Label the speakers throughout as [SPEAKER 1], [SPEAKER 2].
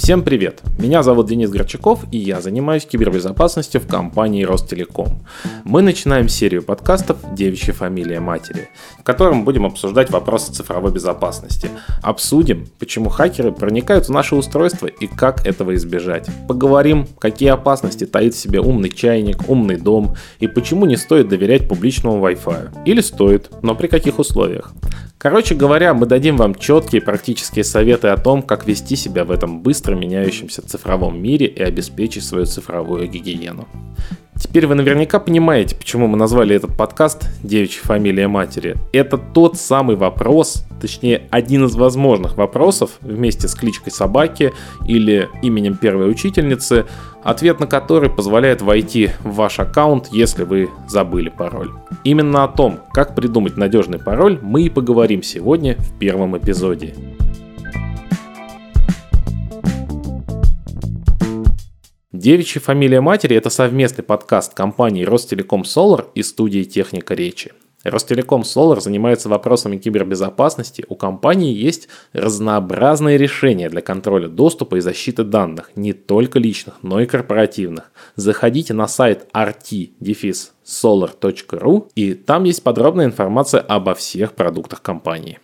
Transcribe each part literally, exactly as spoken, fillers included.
[SPEAKER 1] Всем привет! Меня зовут Денис Горчаков, и я занимаюсь кибербезопасностью в компании Ростелеком. Мы начинаем серию подкастов «Девичья фамилия матери», в котором будем обсуждать вопросы цифровой безопасности. Обсудим, почему хакеры проникают в наши устройства и как этого избежать. Поговорим, какие опасности таит в себе умный чайник, умный дом, и почему не стоит доверять публичному Wi-Fi. Или стоит, но при каких условиях. Короче говоря, мы дадим вам четкие практические советы о том, как вести себя в этом быстро меняющемся цифровом мире и обеспечить свою цифровую гигиену. Теперь вы наверняка понимаете, почему мы назвали этот подкаст «Девичья фамилия матери». Это тот самый вопрос, точнее один из возможных вопросов вместе с кличкой собаки или именем первой учительницы, ответ на который позволяет войти в ваш аккаунт, если вы забыли пароль. Именно о том, как придумать надежный пароль, мы и поговорим сегодня в первом эпизоде. «Девичья фамилия матери» — это совместный подкаст компании Ростелеком Solar и студии «Техника речи». Ростелеком Solar занимается вопросами кибербезопасности. У компании есть разнообразные решения для контроля доступа и защиты данных, не только личных, но и корпоративных. Заходите на сайт ар ти соlar точка ру, и там есть подробная информация обо всех продуктах компании.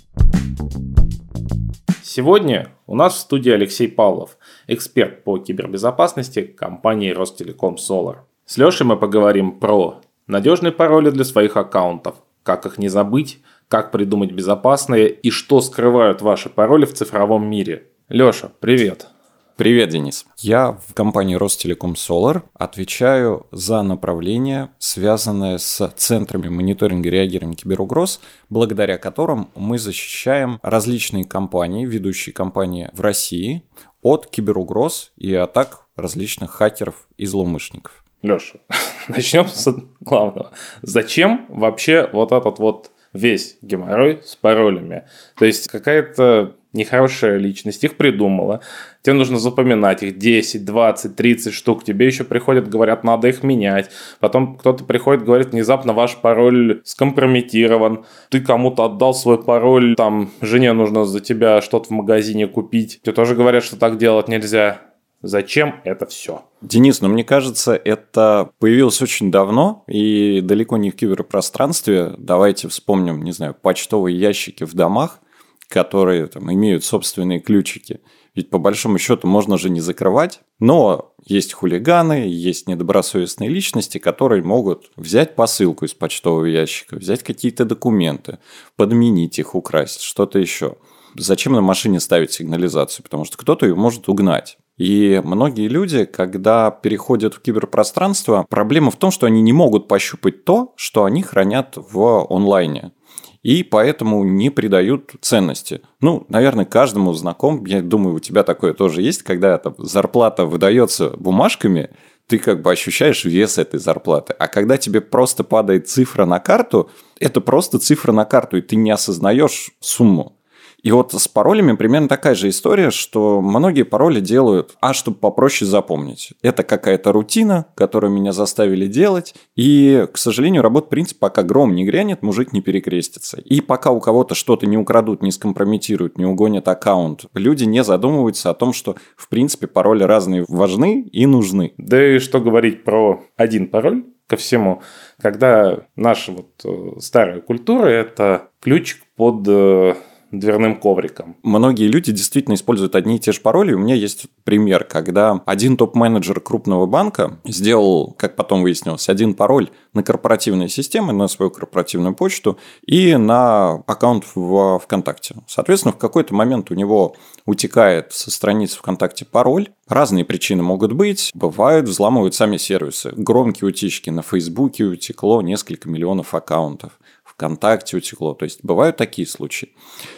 [SPEAKER 1] Сегодня у нас в студии Алексей Павлов, эксперт по кибербезопасности компании Ростелеком Solar. С Лешей мы поговорим про надежные пароли для своих аккаунтов, как их не забыть, как придумать безопасные и что скрывают ваши пароли в цифровом мире. Леша, привет!
[SPEAKER 2] Привет, Денис. Я в компании Ростелеком Solar отвечаю за направление, связанное с центрами мониторинга и реагирования киберугроз, благодаря которым мы защищаем различные компании, ведущие компании в России, от киберугроз и атак различных хакеров и злоумышленников.
[SPEAKER 1] Леша, начнем с главного. Зачем вообще вот этот вот весь геморрой с паролями? То есть какая-то нехорошая личность их придумала, тебе нужно запоминать их десять, двадцать, тридцать штук, тебе еще приходят, говорят, надо их менять, потом кто-то приходит, говорит, внезапно ваш пароль скомпрометирован, ты кому-то отдал свой пароль, там, жене нужно за тебя что-то в магазине купить, тебе тоже говорят, что так делать нельзя. Зачем это все?
[SPEAKER 2] Денис, ну мне кажется, это появилось очень давно и далеко не в киберпространстве. Давайте вспомним, не знаю, почтовые ящики в домах, которые там имеют собственные ключики. Ведь по большому счету можно же не закрывать, но есть хулиганы, есть недобросовестные личности, которые могут взять посылку из почтового ящика, взять какие-то документы, подменить их, украсть, что-то еще. Зачем на машине ставить сигнализацию? Потому что кто-то ее может угнать. И многие люди, когда переходят в киберпространство, проблема в том, что они не могут пощупать то, что они хранят в онлайне. И поэтому не придают ценности. Ну, наверное, каждому знаком, я думаю, у тебя такое тоже есть, когда там зарплата выдается бумажками, ты как бы ощущаешь вес этой зарплаты. А когда тебе просто падает цифра на карту, это просто цифра на карту, и ты не осознаешь сумму. И вот с паролями примерно такая же история, что многие пароли делают, а чтобы попроще запомнить. Это какая-то рутина, которую меня заставили делать. И, к сожалению, работает принцип, пока гром не грянет, мужик не перекрестится. И пока у кого-то что-то не украдут, не скомпрометируют, не угонят аккаунт, люди не задумываются о том, что, в принципе, пароли разные важны и нужны.
[SPEAKER 1] Да и что говорить про один пароль ко всему, когда наша вот старая культура – это ключик под дверным ковриком.
[SPEAKER 2] Многие люди действительно используют одни и те же пароли. У меня есть пример, когда один топ-менеджер крупного банка сделал, как потом выяснилось, один пароль на корпоративные системы, на свою корпоративную почту и на аккаунт в ВКонтакте. Соответственно, в какой-то момент у него утекает со страницы ВКонтакте пароль. Разные причины могут быть. Бывают, взламывают сами сервисы. Громкие утечки на Фейсбуке утекло несколько миллионов аккаунтов. ВКонтакте утекло. То есть, бывают такие случаи.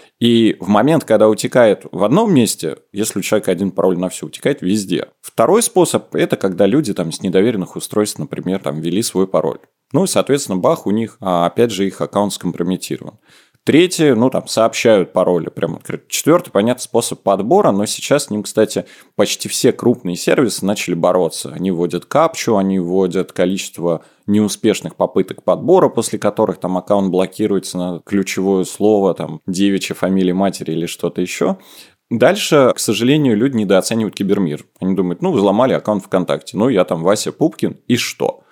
[SPEAKER 2] И в момент, когда утекает в одном месте, если у человека один пароль на все, утекает везде. Второй способ – это когда люди там, с недоверенных устройств, например, там, ввели свой пароль. Ну и, соответственно, бах, у них, опять же, их аккаунт скомпрометирован. Третье, ну там сообщают пароли прямо открыто. Четвертый, понятный способ подбора, но сейчас с ним, кстати, почти все крупные сервисы начали бороться. Они вводят капчу, они вводят количество неуспешных попыток подбора, после которых там аккаунт блокируется на ключевое слово, там девичья фамилия матери или что-то еще. Дальше, к сожалению, люди недооценивают кибермир. Они думают, ну, взломали аккаунт ВКонтакте, ну, я там Вася Пупкин, и что?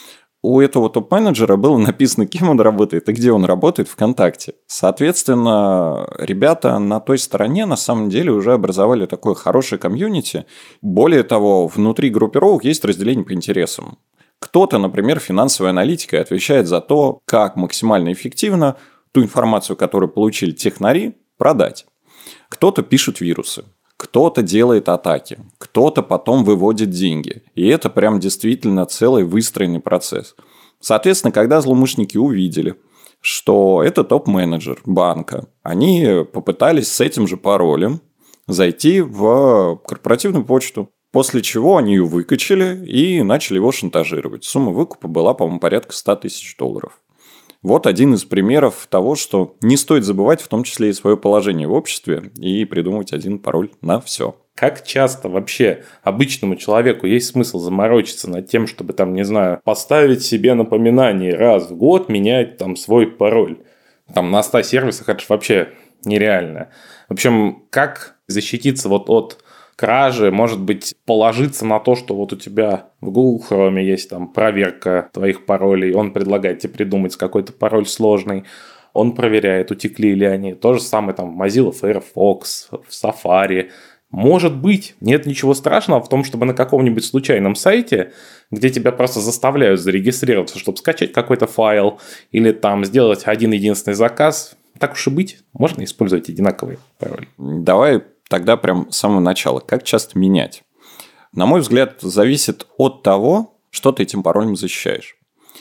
[SPEAKER 2] У этого топ-менеджера было написано, кем он работает и где он работает ВКонтакте. Соответственно, ребята на той стороне на самом деле уже образовали такое хорошее комьюнити. Более того, внутри группировок есть разделение по интересам. Кто-то, например, финансовой аналитикой отвечает за то, как максимально эффективно ту информацию, которую получили технари, продать. Кто-то пишет вирусы. Кто-то делает атаки, кто-то потом выводит деньги. И это прям действительно целый выстроенный процесс. Соответственно, когда злоумышленники увидели, что это топ-менеджер банка, они попытались с этим же паролем зайти в корпоративную почту. После чего они ее выкачали и начали его шантажировать. Сумма выкупа была, по-моему, порядка сто тысяч долларов. Вот один из примеров того, что не стоит забывать, в том числе и свое положение в обществе, и придумывать один пароль на все.
[SPEAKER 1] Как часто вообще обычному человеку есть смысл заморочиться над тем, чтобы там, не знаю, поставить себе напоминание раз в год менять там свой пароль? Там на ста сервисах это же вообще нереально. В общем, как защититься вот от кражи, может быть, положиться на то, что вот у тебя в Google Chrome есть там проверка твоих паролей, он предлагает тебе придумать какой-то пароль сложный, он проверяет, утекли ли они. То же самое там в Mozilla Firefox, в Safari. Может быть, нет ничего страшного в том, чтобы на каком-нибудь случайном сайте, где тебя просто заставляют зарегистрироваться, чтобы скачать какой-то файл или там сделать один единственный заказ, так уж и быть, можно использовать одинаковый пароль.
[SPEAKER 2] Давай тогда прям с самого начала. Как часто менять? На мой взгляд, зависит от того, что ты этим паролем защищаешь.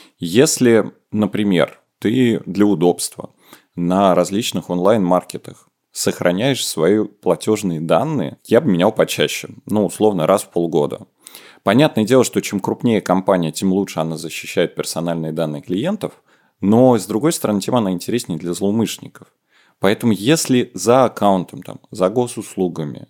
[SPEAKER 2] Если, например, ты для удобства на различных онлайн-маркетах сохраняешь свои платежные данные, я бы менял почаще. Ну, условно, раз в полгода. Понятное дело, что чем крупнее компания, тем лучше она защищает персональные данные клиентов. Но, с другой стороны, тем она интереснее для злоумышленников. Поэтому, если за аккаунтом, там, за госуслугами,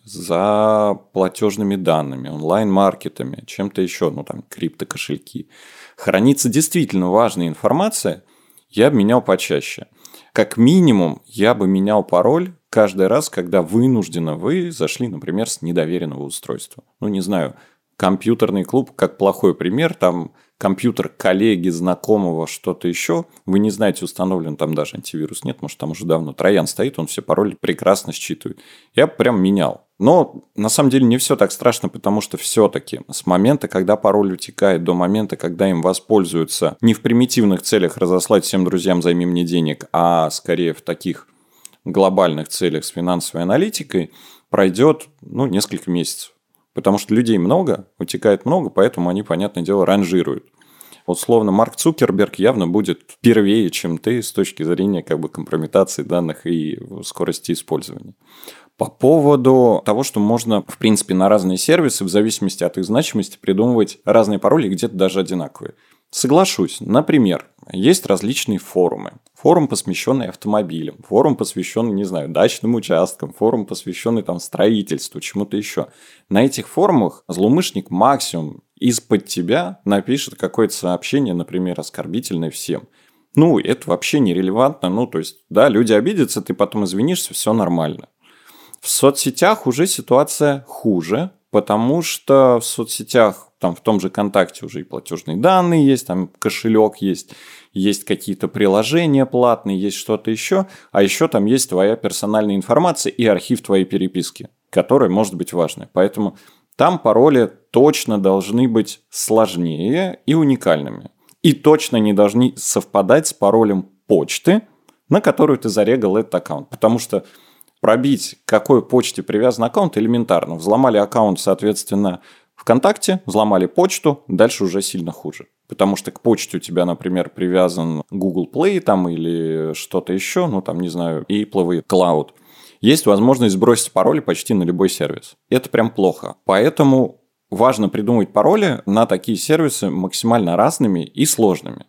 [SPEAKER 2] за платежными данными, онлайн-маркетами, чем-то еще, ну там, криптокошельки, хранится действительно важная информация, я бы менял почаще. Как минимум, я бы менял пароль каждый раз, когда вынужденно вы зашли, например, с недоверенного устройства. Ну, не знаю, компьютерный клуб, как плохой пример, там компьютер коллеги, знакомого, что-то еще, вы не знаете, установлен там даже антивирус, нет, может, там уже давно троян стоит, он все пароли прекрасно считывает. Я прям менял. Но на самом деле не все так страшно, потому что все-таки с момента, когда пароль утекает, до момента, когда им воспользуются не в примитивных целях разослать всем друзьям «займи мне денег», а скорее в таких глобальных целях с финансовой аналитикой, пройдет ну, несколько месяцев. Потому что людей много, утекает много, поэтому они, понятное дело, ранжируют. Вот словно Марк Цукерберг явно будет первее, чем ты с точки зрения как бы, компрометации данных и скорости использования. По поводу того, что можно, в принципе, на разные сервисы, в зависимости от их значимости, придумывать разные пароли, где-то даже одинаковые. Соглашусь. Например, есть различные форумы. Форум, посвященный автомобилям, форум, посвященный, не знаю, дачным участкам, форум, посвященный там строительству, чему-то еще. На этих форумах злоумышленник максимум из-под тебя напишет какое-то сообщение, например, оскорбительное всем. Ну, это вообще нерелевантно. Ну, то есть, да, люди обидятся, ты потом извинишься, все нормально. В соцсетях уже ситуация хуже, потому что в соцсетях, там в том же ВКонтакте уже и платежные данные есть, там кошелек есть, есть какие-то приложения платные, есть что-то еще, а еще там есть твоя персональная информация и архив твоей переписки, который может быть важный. Поэтому там пароли точно должны быть сложнее и уникальными. И точно не должны совпадать с паролем почты, на которую ты зарегал этот аккаунт. Потому что пробить, к какой почте привязан аккаунт, элементарно. Взломали аккаунт, соответственно, ВКонтакте, взломали почту, дальше уже сильно хуже. Потому что к почте у тебя, например, привязан Google Play там, или что-то еще, ну там, не знаю, Apple Cloud. Есть возможность сбросить пароли почти на любой сервис. Это прям плохо. Поэтому важно придумать пароли на такие сервисы максимально разными и сложными.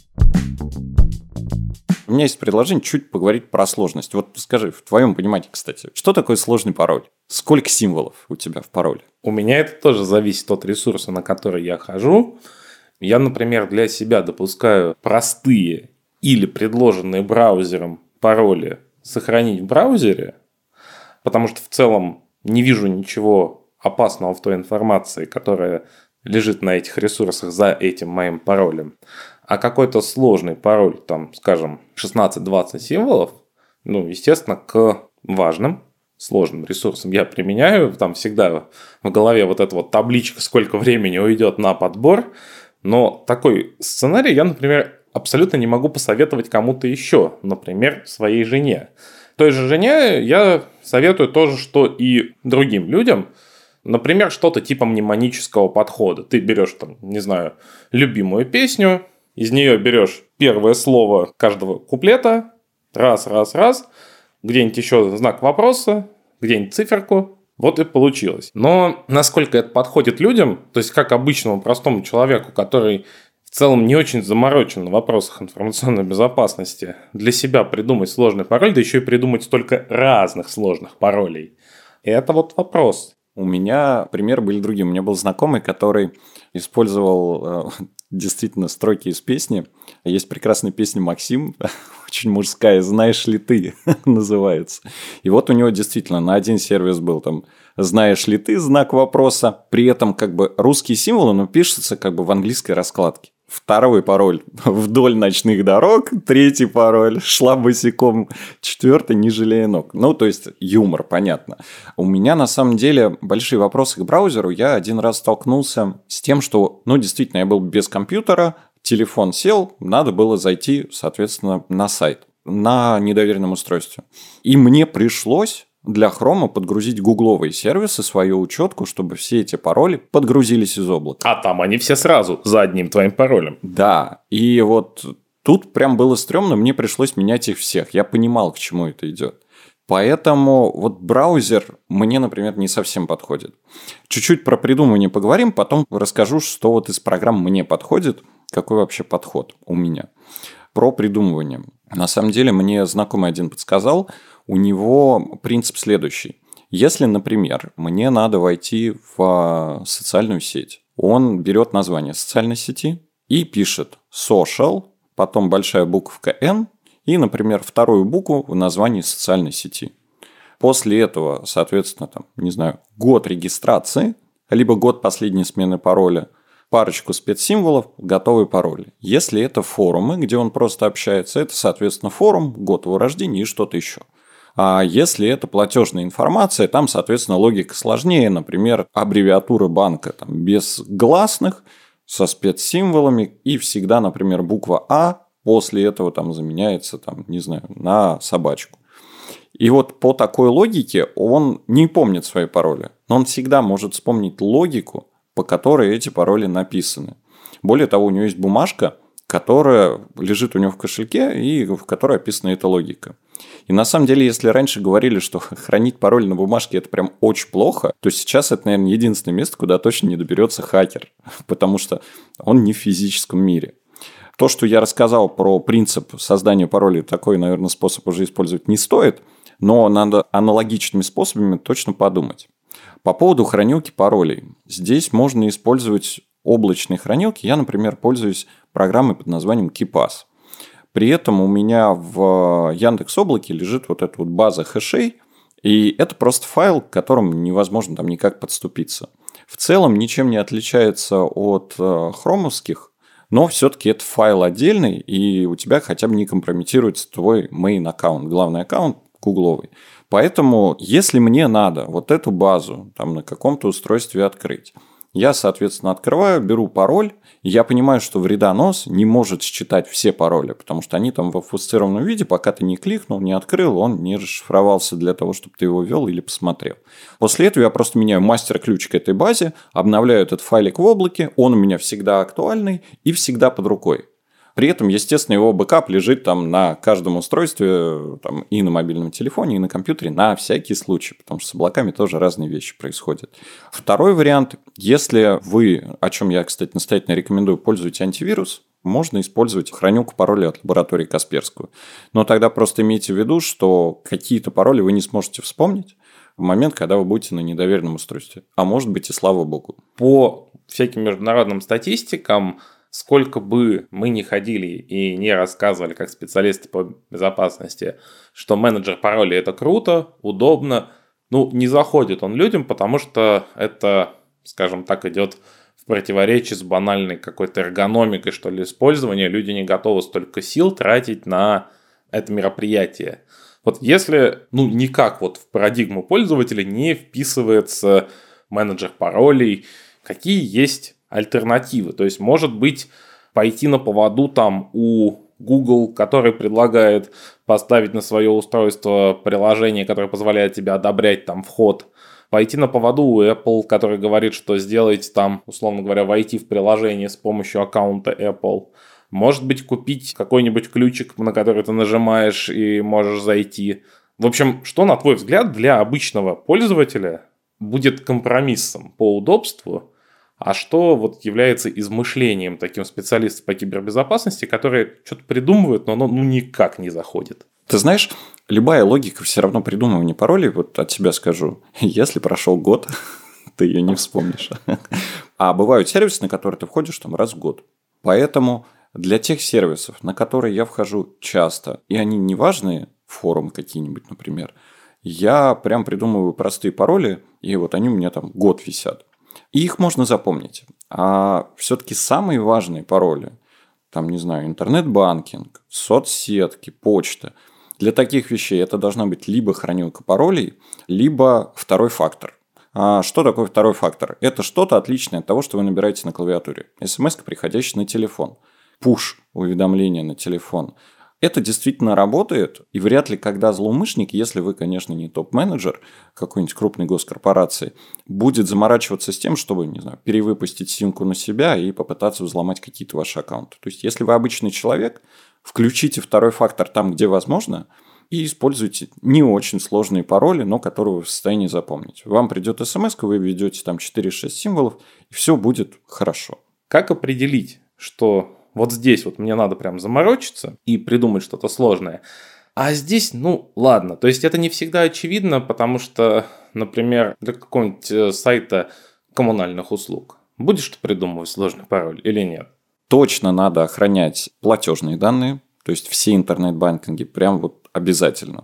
[SPEAKER 2] У меня есть предложение чуть поговорить про сложность. Вот скажи, в твоем понимании, кстати, что такое сложный пароль? Сколько символов у тебя в пароле?
[SPEAKER 1] У меня это тоже зависит от ресурса, на который я хожу. Я, например, для себя допускаю простые или предложенные браузером пароли сохранить в браузере, потому что в целом не вижу ничего опасного в той информации, которая лежит на этих ресурсах за этим моим паролем. А какой-то сложный пароль, там, скажем, шестнадцать-двадцать символов, ну, естественно, к важным, сложным ресурсам я применяю. Там всегда в голове вот эта вот табличка, сколько времени уйдет на подбор. Но такой сценарий я, например, абсолютно не могу посоветовать кому-то еще. Например, своей жене. Той же жене я советую тоже, что и другим людям. Например, что-то типа мнемонического подхода. Ты берешь, там, не знаю, любимую песню, из нее берешь первое слово каждого куплета, раз, раз, раз, где-нибудь еще знак вопроса, где-нибудь циферку, вот и получилось. Но насколько это подходит людям, то есть как обычному простому человеку, который в целом не очень заморочен на вопросах информационной безопасности, для себя придумать сложный пароль, да еще и придумать столько разных сложных паролей. И это вот вопрос.
[SPEAKER 2] У меня примеры были другие. У меня был знакомый, который использовал э, действительно строки из песни. Есть прекрасная песня «Максим», очень мужская, «Знаешь ли ты» называется. И вот у него действительно на один сервис был там «Знаешь ли ты?» знак вопроса. При этом как бы русские символы, но пишется как бы в английской раскладке. Второй пароль – вдоль ночных дорог. Третий пароль – шла босиком. Четвертый – не жалея ног. Ну, то есть, юмор, понятно. У меня, на самом деле, большие вопросы к браузеру. Я один раз столкнулся с тем, что, ну, действительно, я был без компьютера, телефон сел, надо было зайти, соответственно, на сайт, на недоверенном устройстве. И мне пришлось для Chrome подгрузить гугловые сервисы, свою учетку, чтобы все эти пароли подгрузились из облака.
[SPEAKER 1] А там они все сразу за одним твоим паролем.
[SPEAKER 2] Да, и вот тут прям было стрёмно, мне пришлось менять их всех. Я понимал, к чему это идет. Поэтому вот браузер мне, например, не совсем подходит. Чуть-чуть про придумывание поговорим, потом расскажу, что вот из программ мне подходит, какой вообще подход у меня. Про придумывание. На самом деле, мне знакомый один подсказал, у него принцип следующий. Если, например, мне надо войти в социальную сеть, он берет название социальной сети и пишет social, потом большая буковка N и, например, вторую букву в названии социальной сети. После этого, соответственно, там, не знаю, год регистрации, либо год последней смены пароля, парочку спецсимволов, готовый пароль. Если это форумы, где он просто общается, это, соответственно, форум, год его рождения и что-то еще. А если это платежная информация, там, соответственно, логика сложнее. Например, аббревиатура банка там, без гласных, со спецсимволами, и всегда, например, буква А после этого там заменяется, там, не знаю, на собачку. И вот по такой логике он не помнит свои пароли, но он всегда может вспомнить логику, по которой эти пароли написаны. Более того, у него есть бумажка, которая лежит у него в кошельке и в которой описана эта логика. И на самом деле, если раньше говорили, что хранить пароль на бумажке – это прям очень плохо, то сейчас это, наверное, единственное место, куда точно не доберется хакер, потому что он не в физическом мире. То, что я рассказал про принцип создания паролей, такой, наверное, способ уже использовать не стоит, но надо аналогичными способами точно подумать. По поводу хранилки паролей. Здесь можно использовать облачные хранилки. Я, например, пользуюсь программой под названием KeePass. При этом у меня в Яндекс.Облаке лежит вот эта вот база хэшей, и это просто файл, к которому невозможно там никак подступиться. В целом ничем не отличается от хромовских, но все-таки это файл отдельный, и у тебя хотя бы не компрометируется твой main аккаунт, главный аккаунт гугловый. Поэтому, если мне надо вот эту базу там, на каком-то устройстве открыть, я, соответственно, открываю, беру пароль, и я понимаю, что вредонос не может считать все пароли, потому что они там в обфусцированном виде, пока ты не кликнул, не открыл, он не расшифровался для того, чтобы ты его ввел или посмотрел. После этого я просто меняю мастер-ключ к этой базе, обновляю этот файлик в облаке, он у меня всегда актуальный и всегда под рукой. При этом, естественно, его бэкап лежит там на каждом устройстве, там, и на мобильном телефоне, и на компьютере, на всякий случай, потому что с облаками тоже разные вещи происходят. Второй вариант, если вы, о чем я, кстати, настоятельно рекомендую, пользуете антивирус, можно использовать хранилку паролей от лаборатории Касперского. Но тогда просто имейте в виду, что какие-то пароли вы не сможете вспомнить в момент, когда вы будете на недоверенном устройстве. А может быть и слава богу.
[SPEAKER 1] По всяким международным статистикам, сколько бы мы ни ходили и не рассказывали как специалисты по безопасности, что менеджер паролей – это круто, удобно, ну, не заходит он людям, потому что это, скажем так, идет в противоречии с банальной какой-то эргономикой, что ли, использования. Люди не готовы столько сил тратить на это мероприятие. Вот если, ну, никак вот в парадигму пользователя не вписывается менеджер паролей, какие есть альтернативы? То есть, может быть, пойти на поводу там у Google, который предлагает поставить на свое устройство приложение, которое позволяет тебе одобрять там вход, пойти на поводу у Apple, который говорит, что сделайте там, условно говоря, войти в приложение с помощью аккаунта Apple. Может быть, купить какой-нибудь ключик, на который ты нажимаешь и можешь зайти. В общем, что, на твой взгляд, для обычного пользователя будет компромиссом по удобству, а что вот является измышлением таким специалистов по кибербезопасности, которые что-то придумывают, но оно ну никак не заходит?
[SPEAKER 2] Ты знаешь, любая логика все равно придумывания паролей, вот от себя скажу, если прошел год, ты ее не вспомнишь. А бывают сервисы, на которые ты входишь там раз в год. Поэтому для тех сервисов, на которые я вхожу часто, и они не важные, форумы какие-нибудь, например, я прям придумываю простые пароли, и вот они у меня там год висят. И их можно запомнить. А все-таки самые важные пароли, там, не знаю, интернет-банкинг, соцсетки, почта, для таких вещей это должна быть либо хранилка паролей, либо второй фактор. А что такое второй фактор? Это что-то отличное от того, что вы набираете на клавиатуре. смс-ка, приходящая на телефон. Пуш-уведомление на телефон. Это действительно работает, и вряд ли когда злоумышленник, если вы, конечно, не топ-менеджер какой-нибудь крупной госкорпорации, будет заморачиваться с тем, чтобы, не знаю, перевыпустить симку на себя и попытаться взломать какие-то ваши аккаунты. То есть, если вы обычный человек, включите второй фактор там, где возможно, и используйте не очень сложные пароли, но которые вы в состоянии запомнить. Вам придет смс, вы введете там четыре-шесть символов, и все будет хорошо.
[SPEAKER 1] Как определить, что вот здесь вот мне надо прям заморочиться и придумать что-то сложное, а здесь, ну, ладно. То есть, это не всегда очевидно, потому что, например, для какого-нибудь сайта коммунальных услуг будешь ты придумывать сложный пароль или нет?
[SPEAKER 2] Точно надо охранять платежные данные, то есть все интернет-банкинги прям вот обязательно.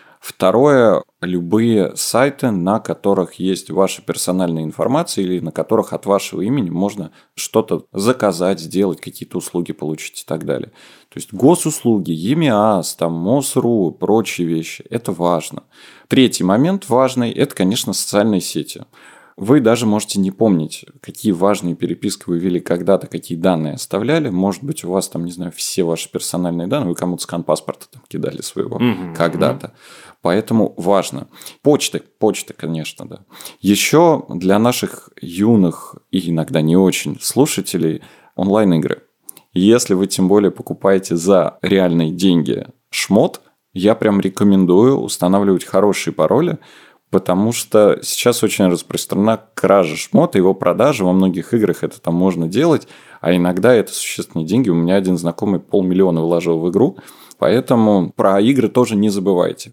[SPEAKER 2] Второе, любые сайты, на которых есть ваша персональная информация или на которых от вашего имени можно что-то заказать, сделать, какие-то услуги получить и так далее. То есть госуслуги, ЕМИАС, там, МОСРУ, прочие вещи. Это важно. Третий момент важный – это, конечно, социальные сети. Вы даже можете не помнить, какие важные переписки вы вели когда-то, какие данные оставляли. Может быть, у вас там, не знаю, все ваши персональные данные, вы кому-то скан паспорта там кидали своего mm-hmm. когда-то. Поэтому важно. Почты, почты, конечно, да. Еще для наших юных и иногда не очень слушателей онлайн-игры. Если вы тем более покупаете за реальные деньги шмот, я прям рекомендую устанавливать хорошие пароли, потому что сейчас очень распространена кража шмота, его продажа. Во многих играх это там можно делать, а иногда это существенные деньги. У меня один знакомый полмиллиона вложил в игру, поэтому про игры тоже не забывайте.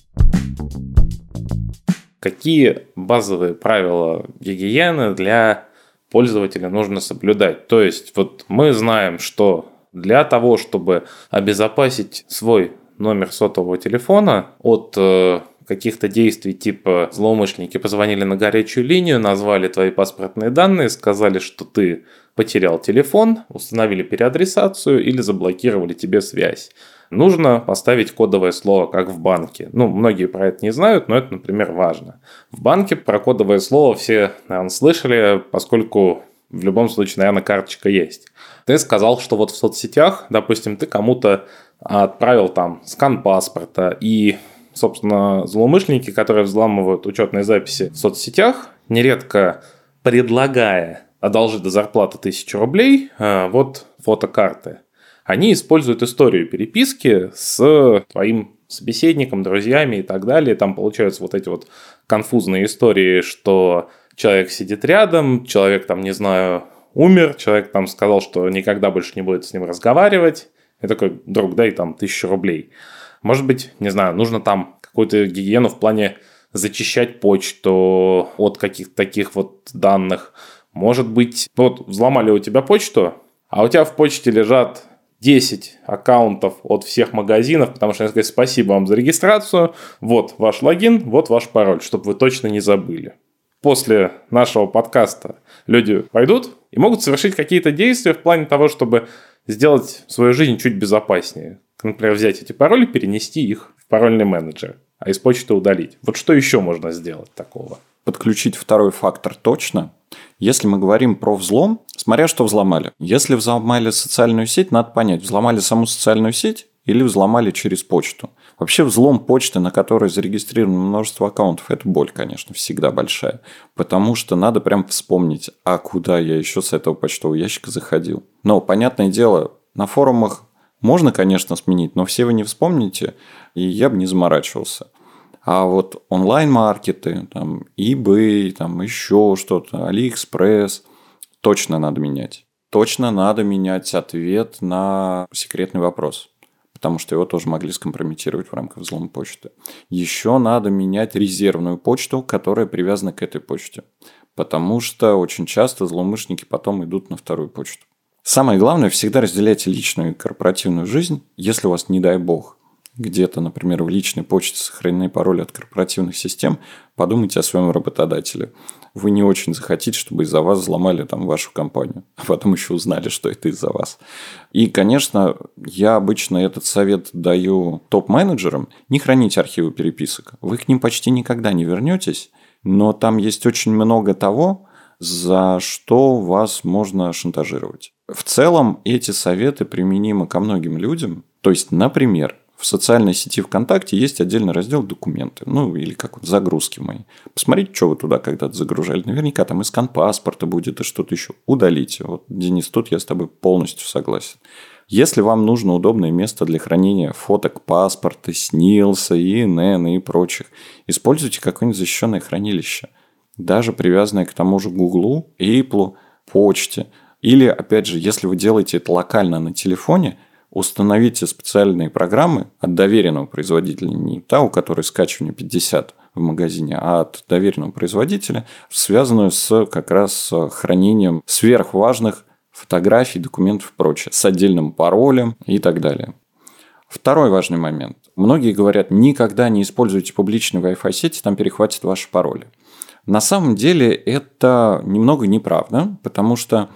[SPEAKER 1] Какие базовые правила гигиены для пользователя нужно соблюдать? То есть, вот мы знаем, что для того, чтобы обезопасить свой номер сотового телефона от э, каких-то действий типа злоумышленники позвонили на горячую линию, назвали твои паспортные данные, сказали, что ты потерял телефон, установили переадресацию или заблокировали тебе связь. Нужно поставить кодовое слово, как в банке. Ну, многие про это не знают, но это, например, важно. В банке про кодовое слово все, наверное, слышали, поскольку в любом случае, наверное, карточка есть. Ты сказал, что вот в соцсетях, допустим, ты кому-то отправил там скан паспорта, и, собственно, злоумышленники, которые взламывают учетные записи в соцсетях, нередко предлагая одолжить до зарплаты тысячу рублей, вот фотокарты, они используют историю переписки с твоим собеседником, друзьями и так далее. Там получаются вот эти вот конфузные истории, что человек сидит рядом, человек там, не знаю, умер, человек там сказал, что никогда больше не будет с ним разговаривать. Я такой: друг, дай там тысячу рублей. Может быть, не знаю, нужно там какую-то гигиену в плане зачищать почту от каких-то таких вот данных. Может быть, вот взломали у тебя почту, а у тебя в почте лежат десять аккаунтов от всех магазинов, потому что они сказали: спасибо вам за регистрацию, вот ваш логин, вот ваш пароль, чтобы вы точно не забыли. После нашего подкаста люди пойдут и могут совершить какие-то действия в плане того, чтобы сделать свою жизнь чуть безопаснее. Например, взять эти пароли, перенести их в парольный менеджер, а из почты удалить. Вот что еще можно сделать такого?
[SPEAKER 2] Подключить второй фактор точно. Если мы говорим про взлом, смотря что взломали. Если взломали социальную сеть, надо понять, взломали саму социальную сеть или взломали через почту. Вообще взлом почты, на которой зарегистрировано множество аккаунтов, это боль, конечно, всегда большая. Потому что надо прям вспомнить, а куда я еще с этого почтового ящика заходил. Но, понятное дело, на форумах можно, конечно, сменить, но все вы не вспомните, и я бы не заморачивался. А вот онлайн-маркеты, там, eBay, там, еще что-то, AliExpress, точно надо менять. Точно надо менять ответ на секретный вопрос, потому что его тоже могли скомпрометировать в рамках взлома почты. Еще надо менять резервную почту, которая привязана к этой почте, потому что очень часто злоумышленники потом идут на вторую почту. Самое главное, всегда разделяйте личную и корпоративную жизнь, если у вас, не дай бог, где-то, например, в личной почте сохранены пароли от корпоративных систем, подумайте о своем работодателе. Вы не очень захотите, чтобы из-за вас взломали там вашу компанию, а потом еще узнали, что это из-за вас. И, конечно, я обычно этот совет даю топ-менеджерам: не храните архивы переписок. Вы к ним почти никогда не вернетесь, но там есть очень много того, за что вас можно шантажировать. В целом, эти советы применимы ко многим людям. То есть, например, в социальной сети ВКонтакте есть отдельный раздел «Документы», ну или как вот загрузки мои. Посмотрите, что вы туда когда-то загружали. Наверняка там и скан паспорта будет, и что-то еще. Удалите. Вот, Денис, тут я с тобой полностью согласен. Если вам нужно удобное место для хранения фоток паспорта, СНИЛСа, ИНН и прочих, используйте какое-нибудь защищенное хранилище. Даже привязанное к тому же Гуглу, Apple, почте. Или, опять же, если вы делаете это локально на телефоне, установите специальные программы от доверенного производителя, не та, у которой скачивание пятьдесят в магазине, а от доверенного производителя, связанную с как раз хранением сверхважных фотографий, документов и прочее, с отдельным паролем и так далее. Второй важный момент. Многие говорят: никогда не используйте публичные Wi-Fi сети, там перехватят ваши пароли. На самом деле это немного неправда, потому что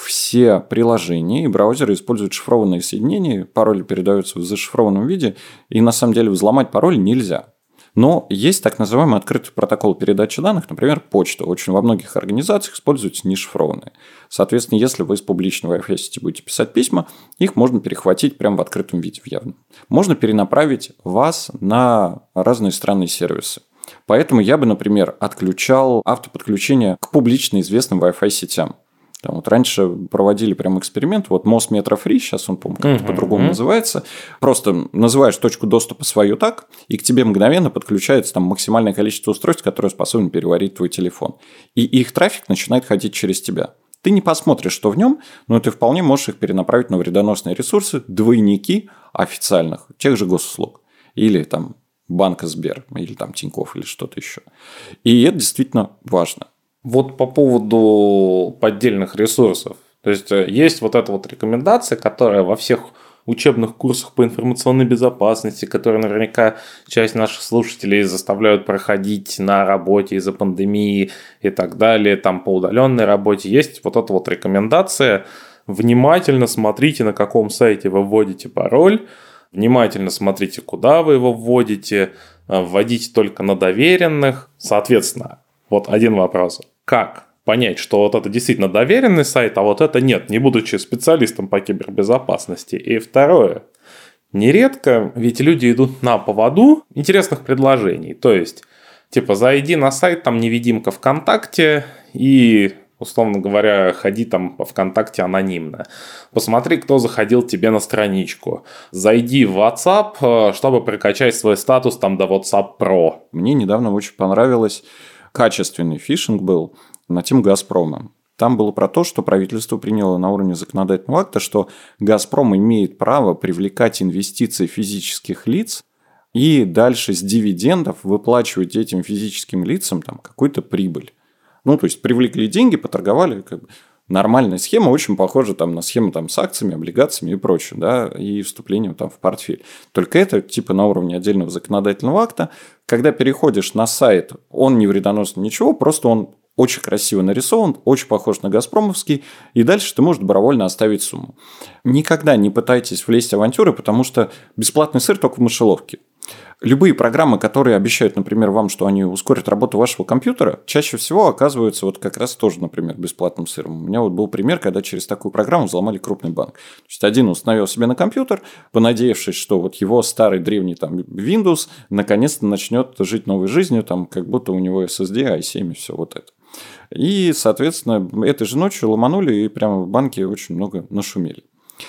[SPEAKER 2] все приложения и браузеры используют шифрованные соединения, пароли передаются в зашифрованном виде, и на самом деле взломать пароль нельзя. Но есть так называемый открытый протокол передачи данных, например, почта. Очень во многих организациях используются нешифрованные. Соответственно, если вы с публичной Wi-Fi сети будете писать письма, их можно перехватить прямо в открытом виде, в явном. Можно перенаправить вас на разные странные сервисы. Поэтому я бы, например, отключал автоподключение к публично известным Wi-Fi сетям. Там вот раньше проводили прям эксперимент, вот Mosmetro Free, сейчас он, по-моему, как-то uh-huh. по-другому uh-huh. называется. Просто называешь точку доступа свою так, и к тебе мгновенно подключается там максимальное количество устройств, которые способны переварить твой телефон. И их трафик начинает ходить через тебя. Ты не посмотришь, что в нем, но ты вполне можешь их перенаправить на вредоносные ресурсы, двойники официальных, тех же госуслуг. Или там банка Сбер, или там Тинькофф, или что-то еще. И это действительно важно.
[SPEAKER 1] Вот по поводу поддельных ресурсов. То есть, есть вот эта вот рекомендация, которая во всех учебных курсах по информационной безопасности, которые наверняка часть наших слушателей заставляют проходить на работе из-за пандемии и так далее, там по удаленной работе. Есть вот эта вот рекомендация: внимательно смотрите, на каком сайте вы вводите пароль, внимательно смотрите, куда вы его вводите, вводите только на доверенных. Соответственно, вот один вопрос. Как понять, что вот это действительно доверенный сайт, а вот это нет, не будучи специалистом по кибербезопасности? И второе. Нередко ведь люди идут на поводу интересных предложений. То есть, типа, зайди на сайт, там невидимка ВКонтакте и, условно говоря, ходи там по ВКонтакте анонимно. Посмотри, кто заходил тебе на страничку. Зайди в WhatsApp, чтобы прокачать свой статус там до WhatsApp Pro.
[SPEAKER 2] Мне недавно очень понравилось, качественный фишинг был на тему «Газпрома». Там было про то, что правительство приняло на уровне законодательного акта, что «Газпром» имеет право привлекать инвестиции физических лиц и дальше с дивидендов выплачивать этим физическим лицам там какую-то прибыль. Ну, то есть, привлекли деньги, поторговали, как бы, Нормальная схема очень похожа там, на схему там, с акциями, облигациями и прочее, да, и вступлением там, в портфель. Только это типа на уровне отдельного законодательного акта. Когда переходишь на сайт, он не вредоносный ничего, просто он очень красиво нарисован, очень похож на газпромовский, и дальше ты можешь добровольно оставить сумму. Никогда не пытайтесь влезть в авантюры, потому что бесплатный сыр только в мышеловке. Любые программы, которые обещают, например, вам, что они ускорят работу вашего компьютера, чаще всего оказываются вот как раз тоже, например, бесплатным сыром. У меня вот был пример, когда через такую программу взломали крупный банк. То есть один установил себе на компьютер, понадеявшись, что вот его старый древний там Windows наконец-то начнет жить новой жизнью, там как будто у него эс эс ди, ай семь и все вот это. И, соответственно, этой же ночью ломанули и прямо в банке очень много нашумели.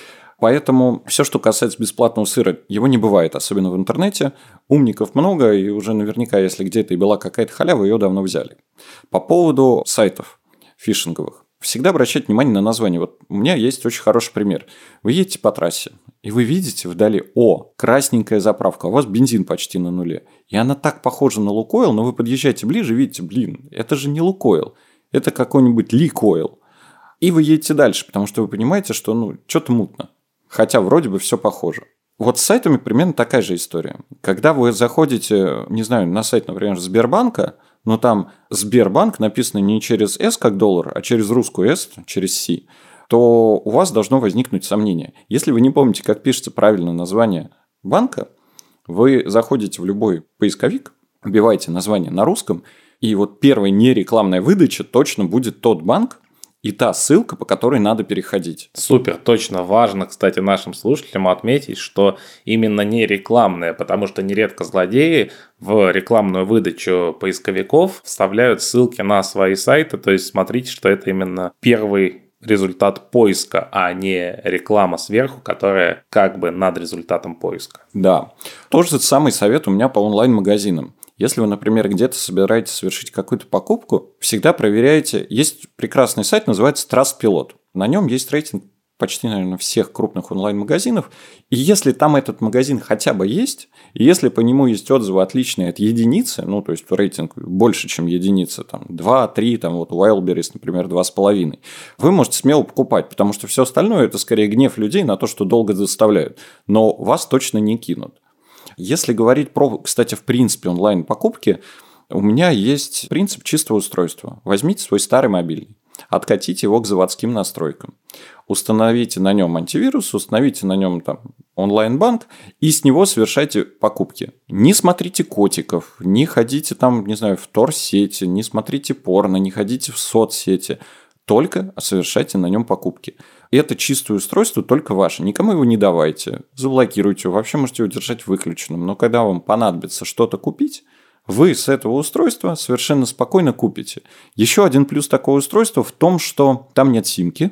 [SPEAKER 2] Поэтому все, что касается бесплатного сыра, его не бывает, особенно в интернете. Умников много, и уже наверняка, если где-то и была какая-то халява, ее давно взяли. По поводу сайтов фишинговых. Всегда обращайте внимание на название. Вот у меня есть очень хороший пример. Вы едете по трассе, и вы видите вдали, о, красненькая заправка, а у вас бензин почти на нуле. И она так похожа на Лукойл, но вы подъезжаете ближе, видите, блин, это же не Лукойл, это какой-нибудь Ликойл. И вы едете дальше, потому что вы понимаете, что ну, что-то мутно. Хотя вроде бы все похоже. Вот с сайтами примерно такая же история. Когда вы заходите, не знаю, на сайт, например, Сбербанка, но там Сбербанк написано не через S как доллар, а через русскую S, через C, то у вас должно возникнуть сомнение. Если вы не помните, как пишется правильно название банка, вы заходите в любой поисковик, вбиваете название на русском, и вот первая нерекламная выдача точно будет тот банк, и та ссылка, по которой надо переходить.
[SPEAKER 1] Супер, точно важно, кстати, нашим слушателям отметить, что именно не рекламная, потому что нередко злодеи в рекламную выдачу поисковиков вставляют ссылки на свои сайты, то есть смотрите, что это именно первый результат поиска, а не реклама сверху, которая как бы над результатом поиска.
[SPEAKER 2] Да, тот же самый совет у меня по онлайн-магазинам. Если вы, например, где-то собираетесь совершить какую-то покупку, всегда проверяйте. Есть прекрасный сайт, называется Trustpilot. На нем есть рейтинг почти, наверное, всех крупных онлайн-магазинов. И если там этот магазин хотя бы есть, и если по нему есть отзывы отличные от единицы, ну, то есть рейтинг больше, чем единица, там, два, три, там, вот Wildberries, например, два с половиной, вы можете смело покупать, потому что все остальное – это скорее гнев людей на то, что долго доставляют. Но вас точно не кинут. Если говорить про, кстати, в принципе онлайн-покупки, у меня есть принцип чистого устройства. Возьмите свой старый мобильный, откатите его к заводским настройкам, установите на нем антивирус, установите на нем там онлайн-банк и с него совершайте покупки. Не смотрите котиков, не ходите там, не знаю, в торсети, не смотрите порно, не ходите в соцсети. Только совершайте на нем покупки. Это чистое устройство только ваше. Никому его не давайте. Заблокируйте его. Вообще можете его держать выключенным. Но когда вам понадобится что-то купить, вы с этого устройства совершенно спокойно купите. Еще один плюс такого устройства в том, что там нет симки.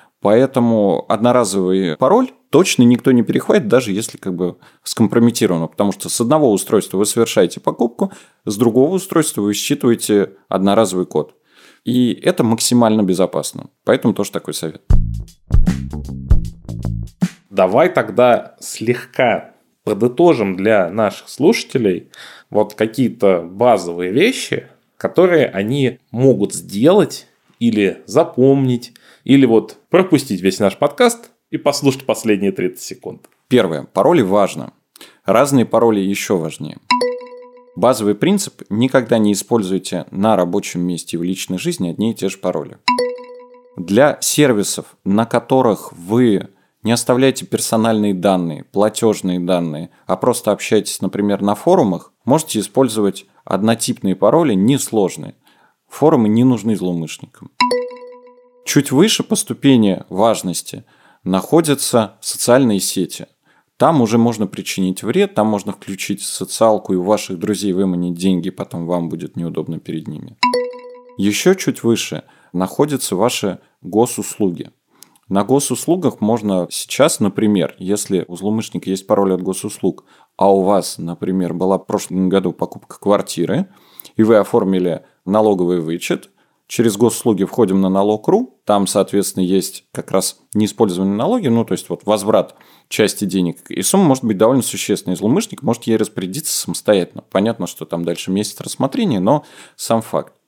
[SPEAKER 2] Поэтому одноразовый пароль точно никто не перехватит, даже если как бы скомпрометировано. Потому что с одного устройства вы совершаете покупку, с другого устройства вы считываете одноразовый код. И это максимально безопасно. Поэтому тоже такой совет.
[SPEAKER 1] Давай тогда слегка подытожим для наших слушателей вот какие-то базовые вещи, которые они могут сделать или запомнить, или вот пропустить весь наш подкаст и послушать последние тридцать секунд.
[SPEAKER 2] Первое. Пароли важно. Разные пароли еще важнее. Базовый принцип – никогда не используйте на рабочем месте и в личной жизни одни и те же пароли. Для сервисов, на которых вы не оставляете персональные данные, платежные данные, а просто общаетесь, например, на форумах, можете использовать однотипные пароли, несложные. Форумы не нужны злоумышленникам. Чуть выше по ступени важности находятся социальные сети. Там уже можно причинить вред, там можно включить социалку и у ваших друзей выманить деньги, потом вам будет неудобно перед ними. Еще чуть выше находятся ваши госуслуги. На госуслугах можно сейчас, например, если у злоумышленника есть пароль от госуслуг, а у вас, например, была в прошлом году покупка квартиры, и вы оформили налоговый вычет, через госуслуги входим на налог точка ру, там, соответственно, есть как раз неиспользованные налоги, ну, то есть вот возврат части денег, и сумма может быть довольно существенной. Злоумышленник может ей распорядиться самостоятельно. Понятно, что там дальше месяц рассмотрения, но сам факт.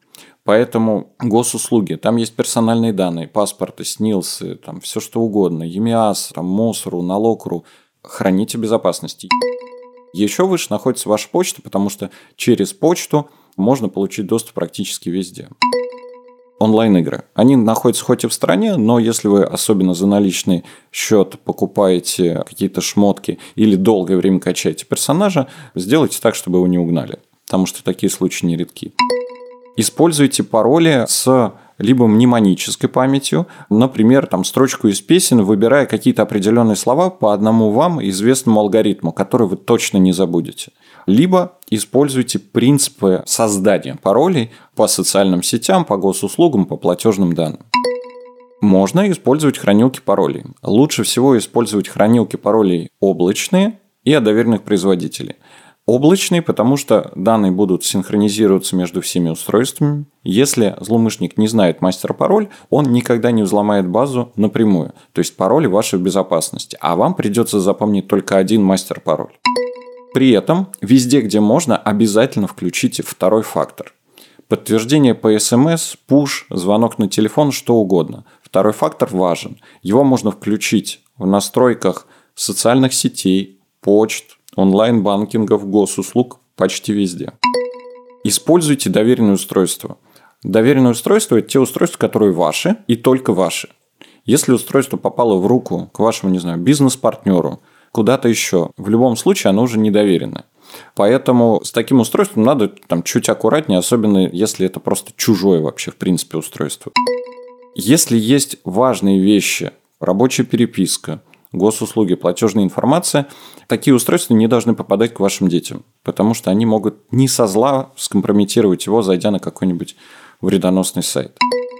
[SPEAKER 2] Поэтому госуслуги, там есть персональные данные, паспорты, СНИЛСы, там все что угодно, ЕМИАС, там, МОСРУ, налог.ру. Храните безопасность. Еще выше находится ваша почта, потому что через почту можно получить доступ практически везде. Онлайн-игры. Они находятся хоть и в стране, но если вы особенно за наличный счет покупаете какие-то шмотки или долгое время качаете персонажа, сделайте так, чтобы его не угнали, потому что такие случаи нередки. Используйте пароли с либо мнемонической памятью, например, там строчку из песен, выбирая какие-то определенные слова по одному вам известному алгоритму, который вы точно не забудете. Либо используйте принципы создания паролей по социальным сетям, по госуслугам, по платежным данным. Можно использовать хранилки паролей. Лучше всего использовать хранилки паролей облачные и от доверенных производителей. Облачные, потому что данные будут синхронизироваться между всеми устройствами. Если злоумышленник не знает мастер-пароль, он никогда не взломает базу напрямую. То есть пароли ваши в безопасности. А вам придется запомнить только один мастер-пароль. При этом везде, где можно, обязательно включите второй фактор. Подтверждение по СМС, пуш, звонок на телефон, что угодно. Второй фактор важен. Его можно включить в настройках социальных сетей, почт, онлайн-банкингов, госуслуг, почти везде. Используйте доверенные устройства. Доверенные устройства – это те устройства, которые ваши и только ваши. Если устройство попало в руку к вашему, не знаю, бизнес-партнеру, куда-то еще, в любом случае оно уже недоверенное. Поэтому с таким устройством надо там чуть аккуратнее, особенно если это просто чужое вообще, в принципе, устройство. Если есть важные вещи, рабочая переписка, госуслуги, платежная информация, такие устройства не должны попадать к вашим детям, потому что они могут не со зла скомпрометировать его, зайдя на какой-нибудь вредоносный сайт.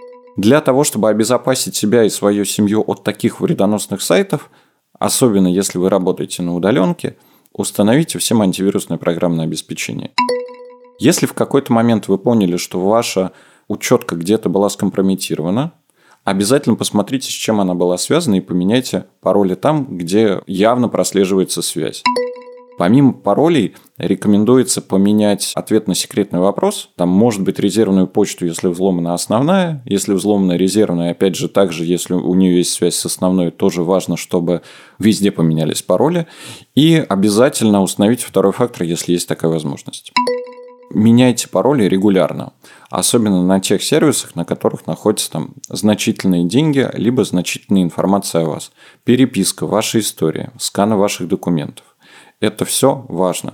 [SPEAKER 2] Для того, чтобы обезопасить себя и свою семью от таких вредоносных сайтов, особенно если вы работаете на удаленке, установите всем антивирусное программное обеспечение. Если в какой-то момент вы поняли, что ваша учетка где-то была скомпрометирована, обязательно посмотрите, с чем она была связана, и поменяйте пароли там, где явно прослеживается связь. Помимо паролей, рекомендуется поменять ответ на секретный вопрос. Там может быть резервную почту, если взломана основная. Если взломана резервная, опять же, также, если у нее есть связь с основной, тоже важно, чтобы везде поменялись пароли. И обязательно установите второй фактор, если есть такая возможность. Меняйте пароли регулярно, особенно на тех сервисах, на которых находятся там значительные деньги, либо значительная информация о вас. Переписка, ваша история, сканы ваших документов. Это все важно.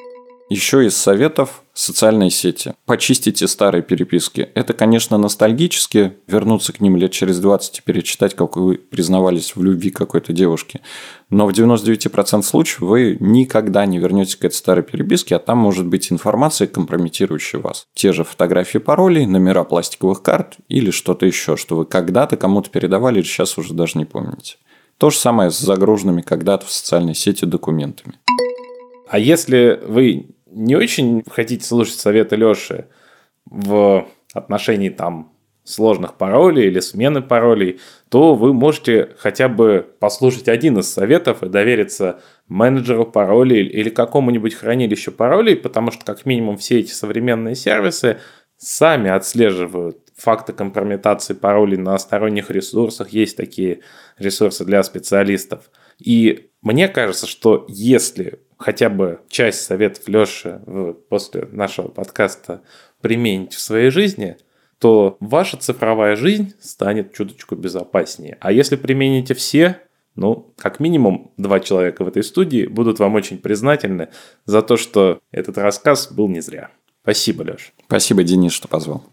[SPEAKER 2] Еще из советов социальные сети. Почистите старые переписки. Это, конечно, ностальгически, вернуться к ним лет через двадцать и перечитать, как вы признавались в любви какой-то девушке. Но в девяносто девять процентов случаев вы никогда не вернетесь к этой старой переписке, а там может быть информация, компрометирующая вас. Те же фотографии паролей, номера пластиковых карт или что-то еще, что вы когда-то кому-то передавали или сейчас уже даже не помните. То же самое с загруженными когда-то в социальной сети документами.
[SPEAKER 1] А если вы не очень хотите слушать советы Лёши в отношении там сложных паролей или смены паролей, то вы можете хотя бы послушать один из советов и довериться менеджеру паролей или какому-нибудь хранилищу паролей, потому что как минимум все эти современные сервисы сами отслеживают факты компрометации паролей на сторонних ресурсах. Есть такие ресурсы для специалистов. И мне кажется, что если хотя бы часть советов Лёши вы после нашего подкаста примените в своей жизни, то ваша цифровая жизнь станет чуточку безопаснее. А если примените все, ну, как минимум два человека в этой студии будут вам очень признательны за то, что этот рассказ был не зря. Спасибо, Лёш.
[SPEAKER 2] Спасибо, Денис, что позвал.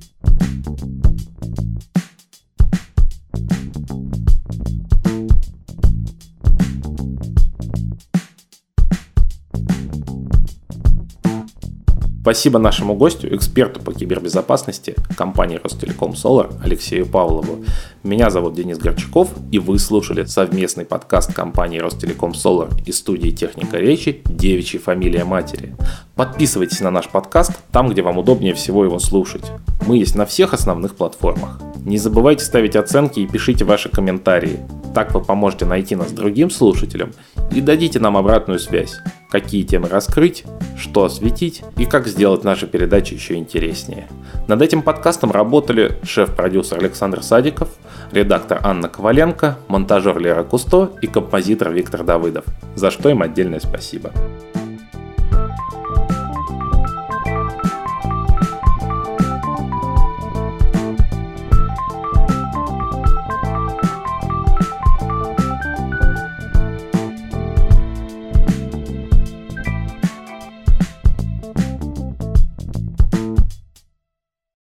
[SPEAKER 1] Спасибо нашему гостю, эксперту по кибербезопасности компании Ростелеком Solar Алексею Павлову. Меня зовут Денис Горчаков, и вы слушали совместный подкаст компании Ростелеком Solar и студии Техника Речи «Девичья фамилия матери». Подписывайтесь на наш подкаст там, где вам удобнее всего его слушать. Мы есть на всех основных платформах. Не забывайте ставить оценки и пишите ваши комментарии. Так вы поможете найти нас другим слушателям и дадите нам обратную связь. какие темы раскрыть, что осветить и как сделать наши передачи еще интереснее. Над этим подкастом работали шеф-продюсер Александр Садиков, редактор Анна Коваленко, монтажер Лера Кусто и композитор Виктор Давыдов, за что им отдельное спасибо.